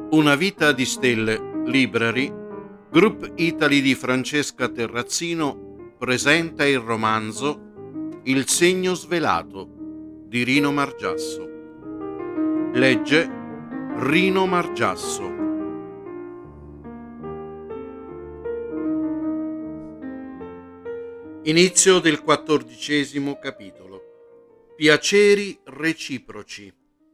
Una vita di stelle, Library, Group Italy di Francesca Terrazzino presenta il romanzo Il segno svelato di Rino Margiasso. Legge Rino Margiasso. Inizio del 14° capitolo. Piaceri reciproci.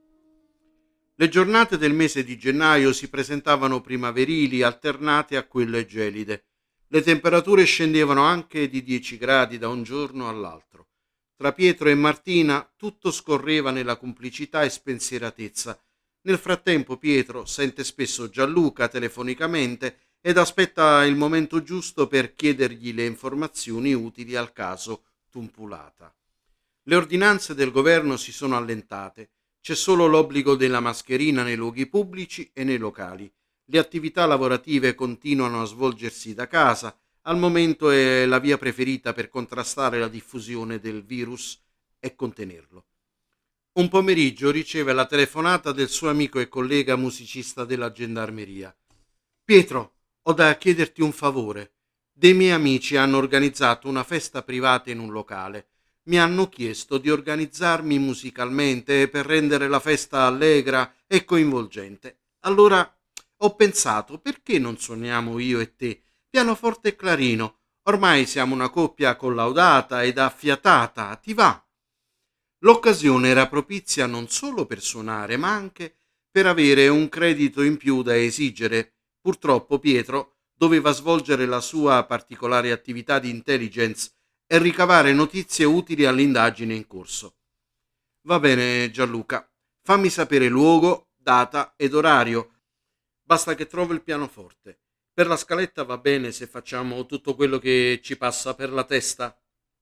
Le giornate del mese di gennaio si presentavano primaverili alternate a quelle gelide. Le temperature scendevano anche di 10 gradi da un giorno all'altro. Tra Pietro e Martina tutto scorreva nella complicità e spensieratezza. Nel frattempo Pietro sente spesso Gianluca telefonicamente ed aspetta il momento giusto per chiedergli le informazioni utili al caso Tumpulata. Le ordinanze del governo si sono allentate. C'è solo l'obbligo della mascherina nei luoghi pubblici e nei locali. Le attività lavorative continuano a svolgersi da casa. Al momento è la via preferita per contrastare la diffusione del virus e contenerlo. Un pomeriggio riceve la telefonata del suo amico e collega musicista della gendarmeria. Pietro, ho da chiederti un favore. Dei miei amici hanno organizzato una festa privata in un locale. Mi hanno chiesto di organizzarmi musicalmente per rendere la festa allegra e coinvolgente. Allora ho pensato, perché non suoniamo io e te, pianoforte e clarino? Ormai siamo una coppia collaudata ed affiatata, ti va? L'occasione era propizia non solo per suonare, ma anche per avere un credito in più da esigere. Purtroppo Pietro doveva svolgere la sua particolare attività di intelligence e ricavare notizie utili all'indagine in corso. Va bene, Gianluca, fammi sapere luogo, data ed orario. Basta che trovo il pianoforte. Per la scaletta va bene se facciamo tutto quello che ci passa per la testa?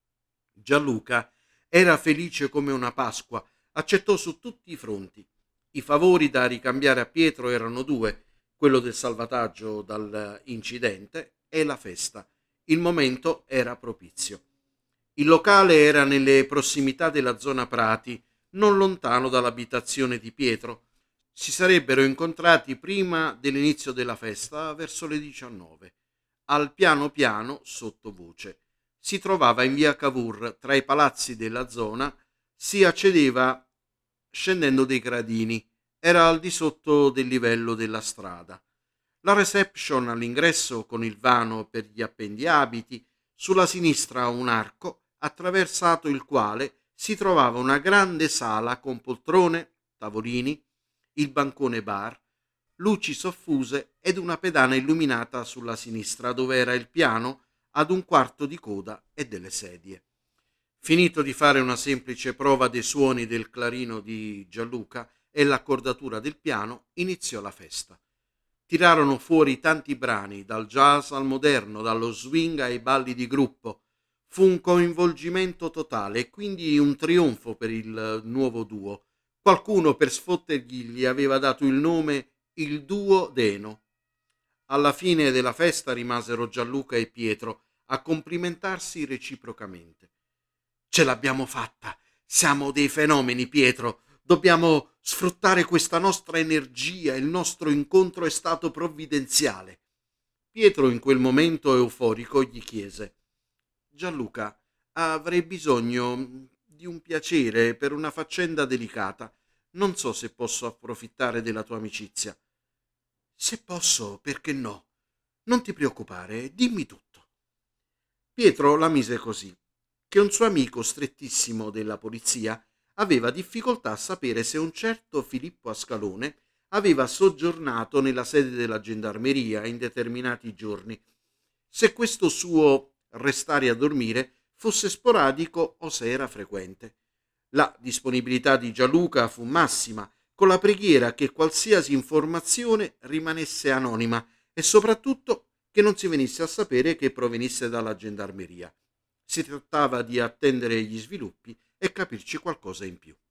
Gianluca era felice come una Pasqua, accettò su tutti i fronti. I favori da ricambiare a Pietro erano due, quello del salvataggio dall'incidente e la festa. Il momento era propizio. Il locale era nelle prossimità della zona Prati, non lontano dall'abitazione di Pietro. Si sarebbero incontrati prima dell'inizio della festa, verso le 19. Al piano piano, sottovoce. Si trovava in via Cavour, tra i palazzi della zona, si accedeva scendendo dei gradini. Era al di sotto del livello della strada. La reception all'ingresso con il vano per gli appendiabiti, sulla sinistra un arco attraversato il quale si trovava una grande sala con poltrone, tavolini, il bancone bar, luci soffuse ed una pedana illuminata sulla sinistra dove era il piano ad un quarto di coda e delle sedie. Finito di fare una semplice prova dei suoni del clarino di Gianluca e l'accordatura del piano, iniziò la festa. Tirarono fuori tanti brani, dal jazz al moderno, dallo swing ai balli di gruppo. Fu un coinvolgimento totale e quindi un trionfo per il nuovo duo. Qualcuno per sfottergli gli aveva dato il nome il duo Deno. Alla fine della festa rimasero Gianluca e Pietro a complimentarsi reciprocamente. Ce l'abbiamo fatta, siamo dei fenomeni, Pietro. Dobbiamo sfruttare questa nostra energia, il nostro incontro è stato provvidenziale. Pietro in quel momento euforico gli chiese: Gianluca, avrei bisogno di un piacere per una faccenda delicata. Non so se posso approfittare della tua amicizia. Se posso, perché no? Non ti preoccupare, dimmi tutto. Pietro la mise così, che un suo amico strettissimo della polizia aveva difficoltà a sapere se un certo Filippo Ascalone aveva soggiornato nella sede della gendarmeria in determinati giorni, se questo suo restare a dormire fosse sporadico o se era frequente. La disponibilità di Gianluca fu massima, con la preghiera che qualsiasi informazione rimanesse anonima e soprattutto che non si venisse a sapere che provenisse dalla gendarmeria. Si trattava di attendere gli sviluppi e capirci qualcosa in più.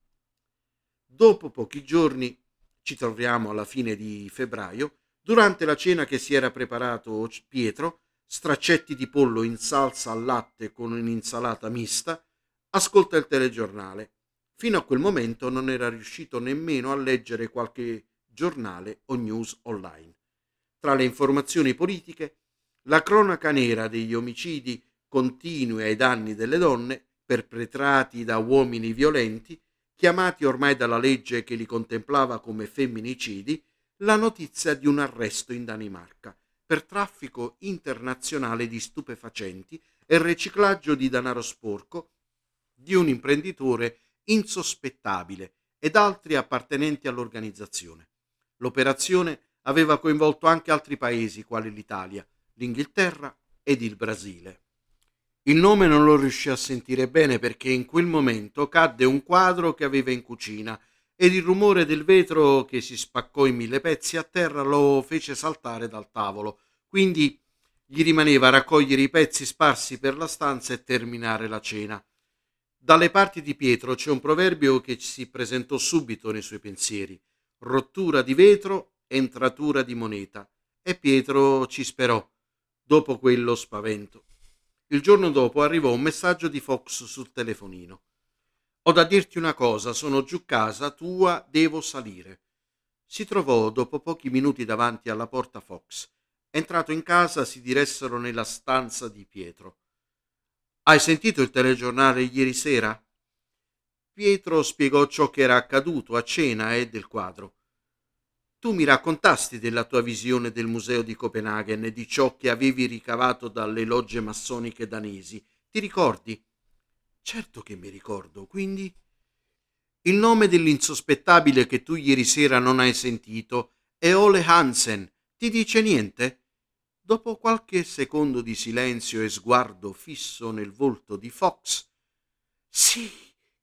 Dopo pochi giorni, ci troviamo alla fine di febbraio, durante la cena che si era preparato Pietro, straccetti di pollo in salsa al latte con un'insalata mista, ascolta il telegiornale. Fino a quel momento non era riuscito nemmeno a leggere qualche giornale o news online. Tra le informazioni politiche, la cronaca nera degli omicidi continui ai danni delle donne, perpetrati da uomini violenti, chiamati ormai dalla legge che li contemplava come femminicidi, la notizia di un arresto in Danimarca per traffico internazionale di stupefacenti e riciclaggio di denaro sporco di un imprenditore insospettabile ed altri appartenenti all'organizzazione. L'operazione aveva coinvolto anche altri paesi quali l'Italia, l'Inghilterra ed il Brasile. Il nome non lo riuscì a sentire bene perché in quel momento cadde un quadro che aveva in cucina ed il rumore del vetro che si spaccò in 1000 pezzi a terra lo fece saltare dal tavolo, quindi gli rimaneva raccogliere i pezzi sparsi per la stanza e terminare la cena. Dalle parti di Pietro c'è un proverbio che si presentò subito nei suoi pensieri: rottura di vetro, entratura di moneta. E Pietro ci sperò, dopo quello spavento. Il giorno dopo arrivò un messaggio di Fox sul telefonino. Ho da dirti una cosa, sono giù casa tua, devo salire. Si trovò dopo pochi minuti davanti alla porta Fox. Entrato in casa si diressero nella stanza di Pietro. Hai sentito il telegiornale ieri sera? Pietro spiegò ciò che era accaduto a cena e del quadro. Tu mi raccontasti della tua visione del museo di Copenaghen e di ciò che avevi ricavato dalle logge massoniche danesi. Ti ricordi? Certo che mi ricordo, quindi... Il nome dell'insospettabile che tu ieri sera non hai sentito è Ole Hansen. Ti dice niente? Dopo qualche secondo di silenzio e sguardo fisso nel volto di Fox. Sì,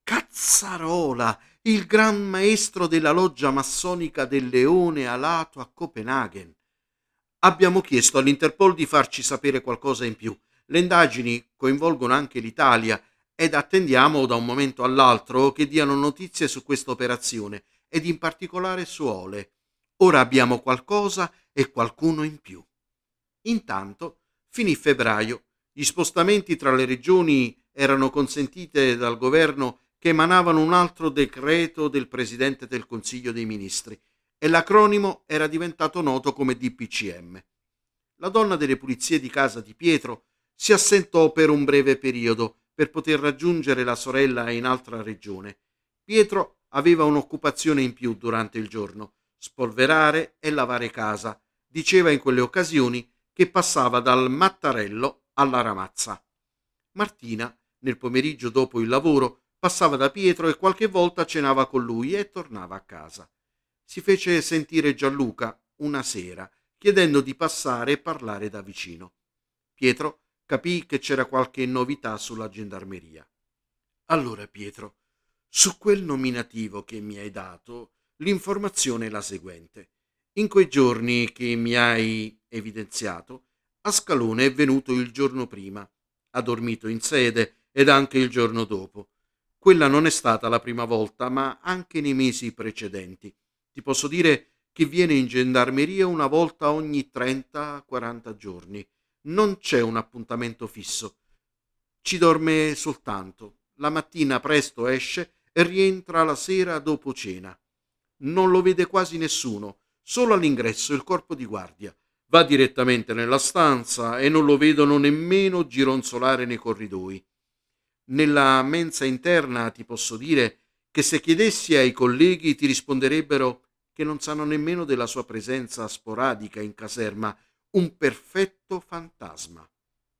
Cazzarola, il gran maestro della loggia massonica del Leone Alato a Copenaghen. Abbiamo chiesto all'Interpol di farci sapere qualcosa in più. Le indagini coinvolgono anche l'Italia ed attendiamo da un momento all'altro che diano notizie su questa operazione ed in particolare su Ole. Ora abbiamo qualcosa e qualcuno in più. Intanto finì febbraio. Gli spostamenti tra le regioni erano consentiti dal governo che emanavano un altro decreto del Presidente del Consiglio dei Ministri e l'acronimo era diventato noto come DPCM. La donna delle pulizie di casa di Pietro si assentò per un breve periodo per poter raggiungere la sorella in altra regione. Pietro aveva un'occupazione in più durante il giorno: spolverare e lavare casa. Diceva in quelle occasioni che passava dal Mattarello alla Ramazza. Martina, nel pomeriggio dopo il lavoro, passava da Pietro e qualche volta cenava con lui e tornava a casa. Si fece sentire Gianluca una sera, chiedendo di passare e parlare da vicino. Pietro capì che c'era qualche novità sulla gendarmeria. Allora, Pietro, su quel nominativo che mi hai dato, l'informazione è la seguente. In quei giorni che mi hai evidenziato, Ascalone è venuto il giorno prima, ha dormito in sede ed anche il giorno dopo. Quella non è stata la prima volta, ma anche nei mesi precedenti. Ti posso dire che viene in gendarmeria una volta ogni 30-40 giorni. Non c'è un appuntamento fisso. Ci dorme soltanto. La mattina presto esce e rientra la sera dopo cena. Non lo vede quasi nessuno, solo all'ingresso il corpo di guardia. Va direttamente nella stanza e non lo vedono nemmeno gironzolare nei corridoi. Nella mensa interna ti posso dire che se chiedessi ai colleghi ti risponderebbero che non sanno nemmeno della sua presenza sporadica in caserma, un perfetto fantasma.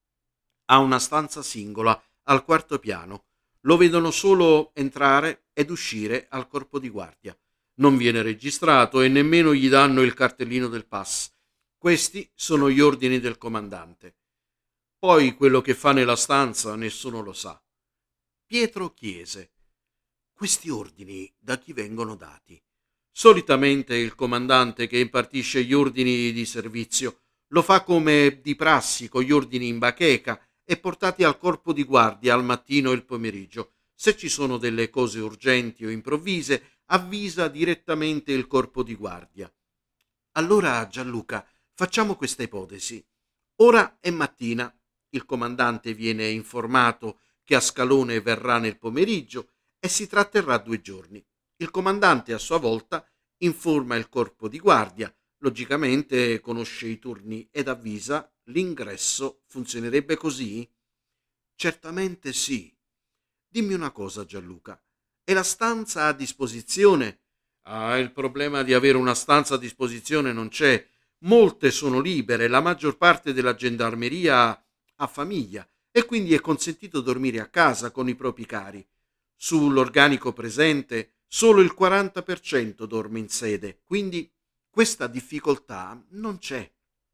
Ha una stanza singola al quarto piano. Lo vedono solo entrare ed uscire al corpo di guardia. Non viene registrato e nemmeno gli danno il cartellino del pass. Questi sono gli ordini del comandante. Poi quello che fa nella stanza nessuno lo sa. Pietro chiese: questi ordini da chi vengono dati? Solitamente il comandante che impartisce gli ordini di servizio lo fa come di prassi con gli ordini in bacheca e portati al corpo di guardia al mattino e il pomeriggio. Se ci sono delle cose urgenti o improvvise, avvisa direttamente il corpo di guardia. Allora, Gianluca, facciamo questa ipotesi. Ora è mattina, il comandante viene informato che Ascalone verrà nel pomeriggio e si tratterrà 2 giorni. Il comandante a sua volta informa il corpo di guardia, logicamente conosce i turni ed avvisa l'ingresso. Funzionerebbe così? Certamente sì. Dimmi una cosa, Gianluca, e la stanza a disposizione? Ah, il problema di avere una stanza a disposizione non c'è. Molte sono libere, la maggior parte della gendarmeria ha famiglia e quindi è consentito dormire a casa con i propri cari. Sull'organico presente solo il 40% dorme in sede, quindi questa difficoltà non c'è.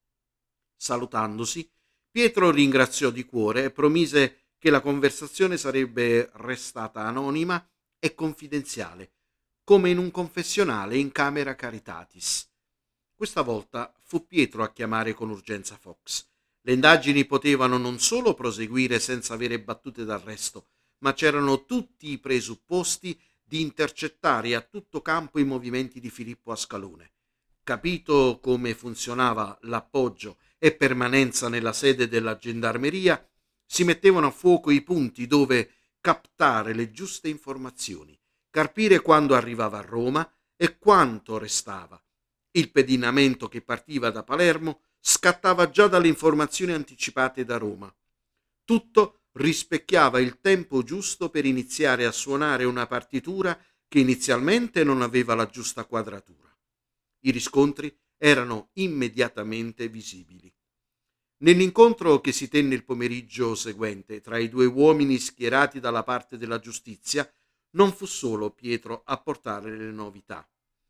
Salutandosi, Pietro ringraziò di cuore e promise che la conversazione sarebbe restata anonima e confidenziale, come in un confessionale in camera caritatis. Questa volta fu Pietro a chiamare con urgenza Fox. Le indagini potevano non solo proseguire senza avere battute d'arresto, ma c'erano tutti i presupposti di intercettare a tutto campo i movimenti di Filippo Ascalone. Capito come funzionava l'appoggio e permanenza nella sede della gendarmeria, si mettevano a fuoco i punti dove captare le giuste informazioni, capire quando arrivava a Roma e quanto restava. Il pedinamento che partiva da Palermo scattava già dalle informazioni anticipate da Roma. Tutto rispecchiava il tempo giusto per iniziare a suonare una partitura che inizialmente non aveva la giusta quadratura. I riscontri erano immediatamente visibili. Nell'incontro che si tenne il pomeriggio seguente tra i due uomini schierati dalla parte della giustizia, non fu solo Pietro a portare le novità.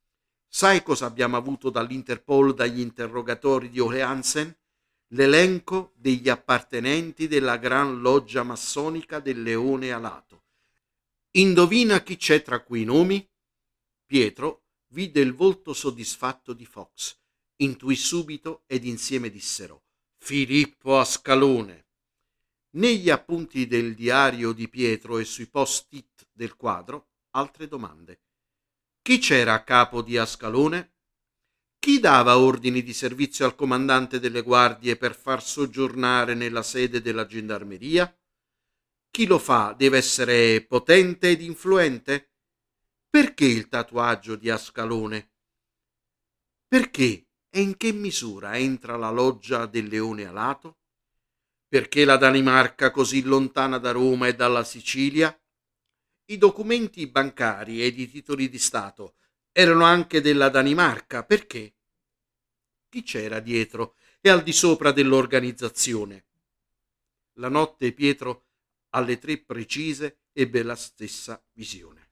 Sai cosa abbiamo avuto dall'Interpol dagli interrogatori di Ole Hansen? L'elenco degli appartenenti della Gran Loggia Massonica del Leone Alato. Indovina chi c'è tra quei nomi? Pietro vide il volto soddisfatto di Fox, intuì subito ed insieme dissero: Filippo Ascalone. Negli appunti del diario di Pietro e sui post-it del quadro, altre domande. Chi c'era a capo di Ascalone? Chi dava ordini di servizio al comandante delle guardie per far soggiornare nella sede della gendarmeria? Chi lo fa deve essere potente ed influente? Perché il tatuaggio di Ascalone? Perché e in che misura entra la loggia del Leone Alato? Perché la Danimarca così lontana da Roma e dalla Sicilia? I documenti bancari ed i titoli di Stato erano anche della Danimarca. Perché? Chi c'era dietro e al di sopra dell'organizzazione? La notte Pietro, alle 3 precise, ebbe la stessa visione.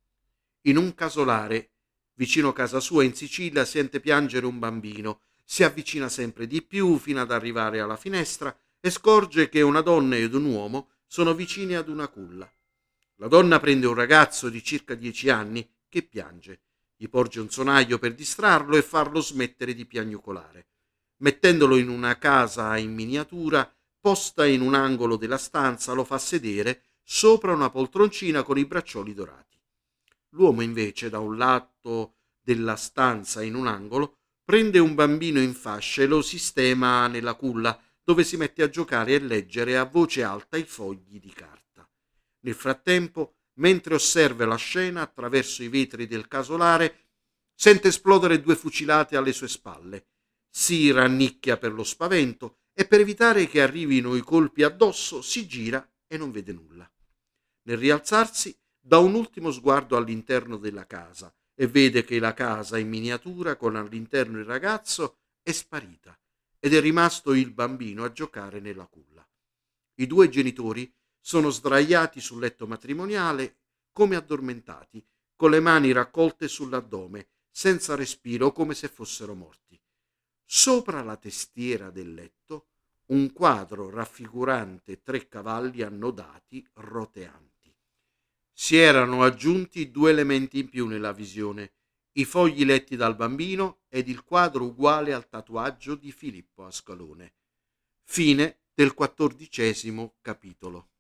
In un casolare, vicino casa sua in Sicilia, sente piangere un bambino, si avvicina sempre di più fino ad arrivare alla finestra e scorge che una donna ed un uomo sono vicini ad una culla. La donna prende un ragazzo di circa 10 anni che piange, gli porge un sonaglio per distrarlo e farlo smettere di piagnucolare. Mettendolo in una casa in miniatura, posta in un angolo della stanza, lo fa sedere sopra una poltroncina con i braccioli dorati. L'uomo invece, da un lato della stanza in un angolo, prende un bambino in fascia e lo sistema nella culla, dove si mette a giocare e leggere a voce alta i fogli di carta. Nel frattempo, mentre osserva la scena attraverso i vetri del casolare, sente esplodere 2 fucilate alle sue spalle. Si rannicchia per lo spavento e per evitare che arrivino i colpi addosso si gira e non vede nulla. Nel rialzarsi dà un ultimo sguardo all'interno della casa e vede che la casa in miniatura con all'interno il ragazzo è sparita ed è rimasto il bambino a giocare nella culla. I 2 genitori sono sdraiati sul letto matrimoniale come addormentati, con le mani raccolte sull'addome, senza respiro, come se fossero morti. Sopra la testiera del letto un quadro raffigurante 3 cavalli annodati roteanti. Si erano aggiunti 2 elementi in più nella visione: i fogli letti dal bambino ed il quadro uguale al tatuaggio di Filippo Ascalone. Fine del 14° capitolo.